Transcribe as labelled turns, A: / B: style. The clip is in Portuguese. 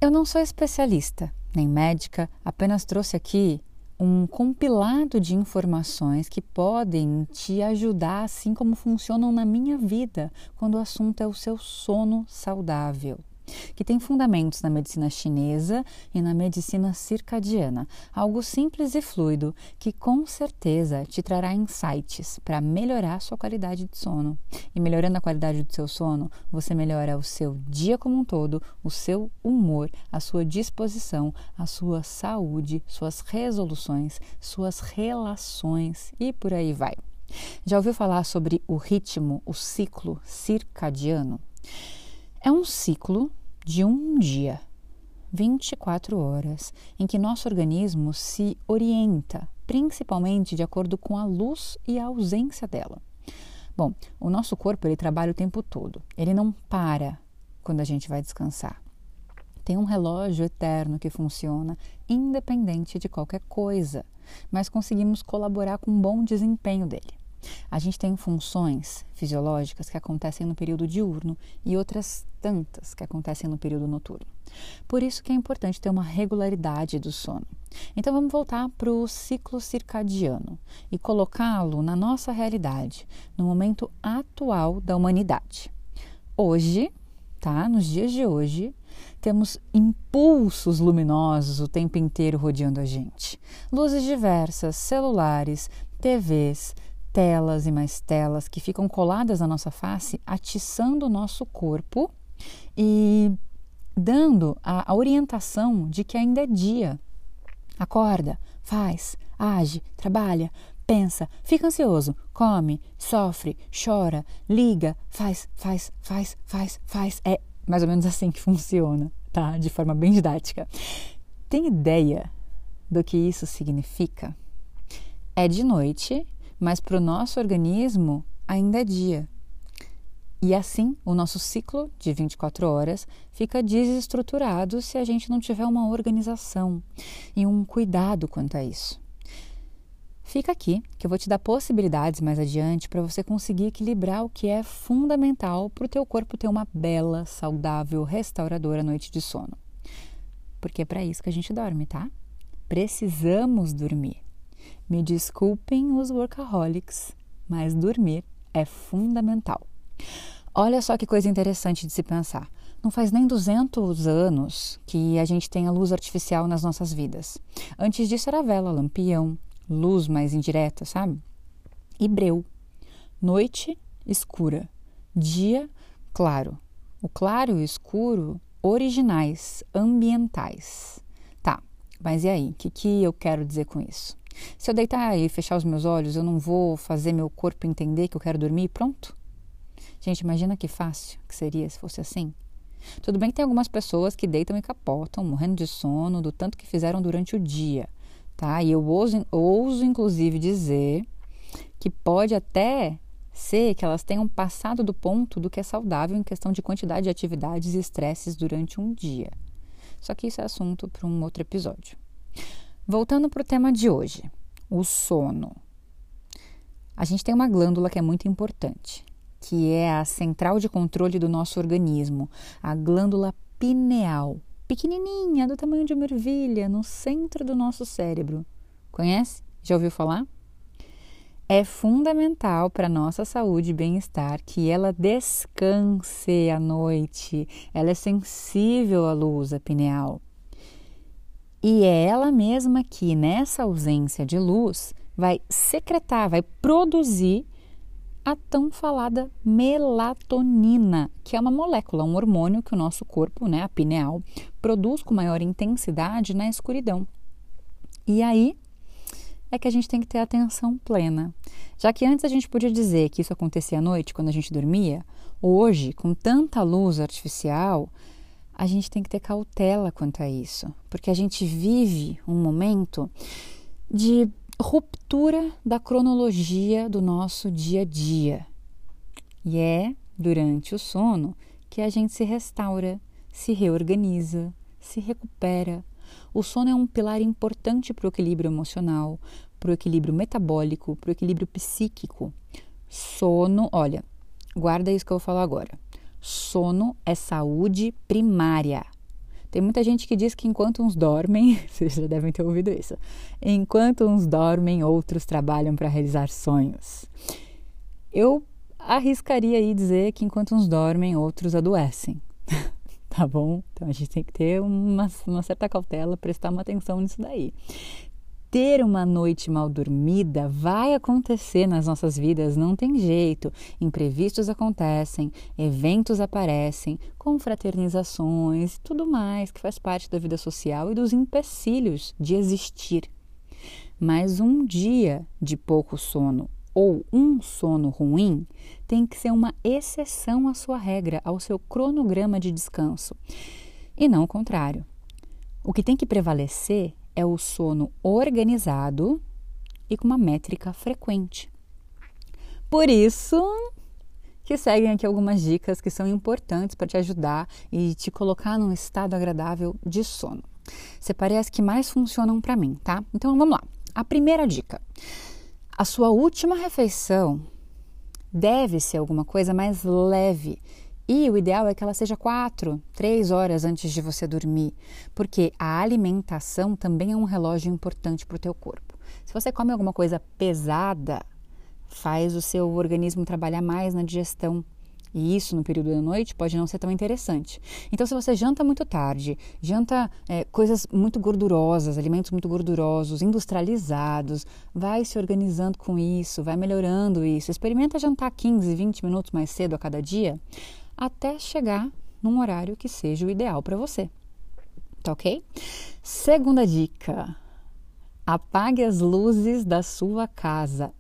A: Eu não sou especialista, nem médica, apenas trouxe aqui um compilado de informações que podem te ajudar, assim como funcionam na minha vida, quando o assunto é o seu sono saudável, que tem fundamentos na medicina chinesa e na medicina circadiana, algo simples e fluido que com certeza te trará insights para melhorar a sua qualidade de sono. E melhorando a qualidade do seu sono, você melhora o seu dia como um todo, o seu humor, a sua disposição, a sua saúde, suas resoluções, suas relações e por aí vai. Já ouviu falar sobre o ritmo, o ciclo circadiano? É um ciclo de um dia, 24 horas, em que nosso organismo se orienta, principalmente de acordo com a luz e a ausência dela. Bom, o nosso corpo ele trabalha o tempo todo, ele não para quando a gente vai descansar. Tem um relógio eterno que funciona independente de qualquer coisa, mas conseguimos colaborar com um bom desempenho dele. A gente tem funções fisiológicas que acontecem no período diurno e outras tantas que acontecem no período noturno. Por isso que é importante ter uma regularidade do sono. Então vamos voltar para o ciclo circadiano e colocá-lo na nossa realidade, no momento atual da humanidade. Hoje, nos dias de hoje, temos impulsos luminosos o tempo inteiro rodeando a gente. Luzes diversas, celulares, TVs, telas e mais telas que ficam coladas na nossa face, atiçando o nosso corpo e dando a orientação de que ainda é dia. Acorda, faz, age, trabalha, pensa, fica ansioso, come, sofre, chora, liga, faz. É mais ou menos assim que funciona, tá? De forma bem didática. Tem ideia do que isso significa? É de noite, mas para o nosso organismo ainda é dia. E assim, o nosso ciclo de 24 horas fica desestruturado se a gente não tiver uma organização e um cuidado quanto a isso. Fica aqui, que eu vou te dar possibilidades mais adiante para você conseguir equilibrar o que é fundamental para o teu corpo ter uma bela, saudável, restauradora noite de sono. Porque é para isso que a gente dorme, tá? Precisamos dormir. Me desculpem os workaholics, mas dormir é fundamental. Olha só que coisa interessante de se pensar. Não faz nem 200 anos que a gente tem a luz artificial nas nossas vidas. Antes disso era vela, lampião, luz mais indireta, sabe? E breu. Noite escura. Dia claro. O claro e o escuro originais, ambientais. Tá, mas e aí? O que eu quero dizer com isso? Se eu deitar e fechar os meus olhos, eu não vou fazer meu corpo entender que eu quero dormir e pronto? Gente, imagina que fácil que seria se fosse assim. Tudo bem que tem algumas pessoas que deitam e capotam, morrendo de sono, do tanto que fizeram durante o dia, tá? E eu ouso inclusive dizer que pode até ser que elas tenham passado do ponto do que é saudável em questão de quantidade de atividades e estresses durante um dia. Só que isso é assunto para um outro episódio. Voltando para o tema de hoje, o sono. A gente tem uma glândula que é muito importante, que é a central de controle do nosso organismo, a glândula pineal, pequenininha, do tamanho de uma ervilha, no centro do nosso cérebro. Conhece? Já ouviu falar? É fundamental para a nossa saúde e bem-estar que ela descanse à noite. Ela é sensível à luz, a pineal. E é ela mesma que, nessa ausência de luz, vai secretar, vai produzir a tão falada melatonina, que é uma molécula, um hormônio que o nosso corpo, a pineal, produz com maior intensidade na escuridão. E aí é que a gente tem que ter atenção plena. Já que antes a gente podia dizer que isso acontecia à noite, quando a gente dormia, hoje, com tanta luz artificial, a gente tem que ter cautela quanto a isso, porque a gente vive um momento de ruptura da cronologia do nosso dia a dia. E é durante o sono que a gente se restaura, se reorganiza, se recupera. O sono é um pilar importante para o equilíbrio emocional, para o equilíbrio metabólico, para o equilíbrio psíquico. Sono, olha, guarda isso que eu vou falar agora. Sono é saúde primária. Tem muita gente que diz que enquanto uns dormem, vocês já devem ter ouvido isso, enquanto uns dormem, outros trabalham para realizar sonhos. Eu arriscaria aí dizer que enquanto uns dormem, outros adoecem. Tá bom? Então a gente tem que ter uma certa cautela, prestar uma atenção nisso daí. Ter uma noite mal dormida vai acontecer nas nossas vidas, não tem jeito. Imprevistos acontecem, eventos aparecem, confraternizações e tudo mais que faz parte da vida social e dos empecilhos de existir. Mas um dia de pouco sono ou um sono ruim tem que ser uma exceção à sua regra, ao seu cronograma de descanso, e não o contrário. O que tem que prevalecer é o sono organizado e com uma métrica frequente. Por isso que seguem aqui algumas dicas que são importantes para te ajudar e te colocar num estado agradável de sono. Separei as que mais funcionam para mim, tá? Então vamos lá. A primeira dica. A sua última refeição deve ser alguma coisa mais leve. E o ideal é que ela seja 3 horas antes de você dormir, porque a alimentação também é um relógio importante para o teu corpo. Se você come alguma coisa pesada, faz o seu organismo trabalhar mais na digestão. E isso no período da noite pode não ser tão interessante. Então, se você janta muito tarde, janta coisas muito gordurosas, alimentos muito gordurosos, industrializados, vai se organizando com isso, vai melhorando isso. Experimenta jantar 15, 20 minutos mais cedo a cada dia, até chegar num horário que seja o ideal para você. Tá ok? Segunda dica. Apague as luzes da sua casa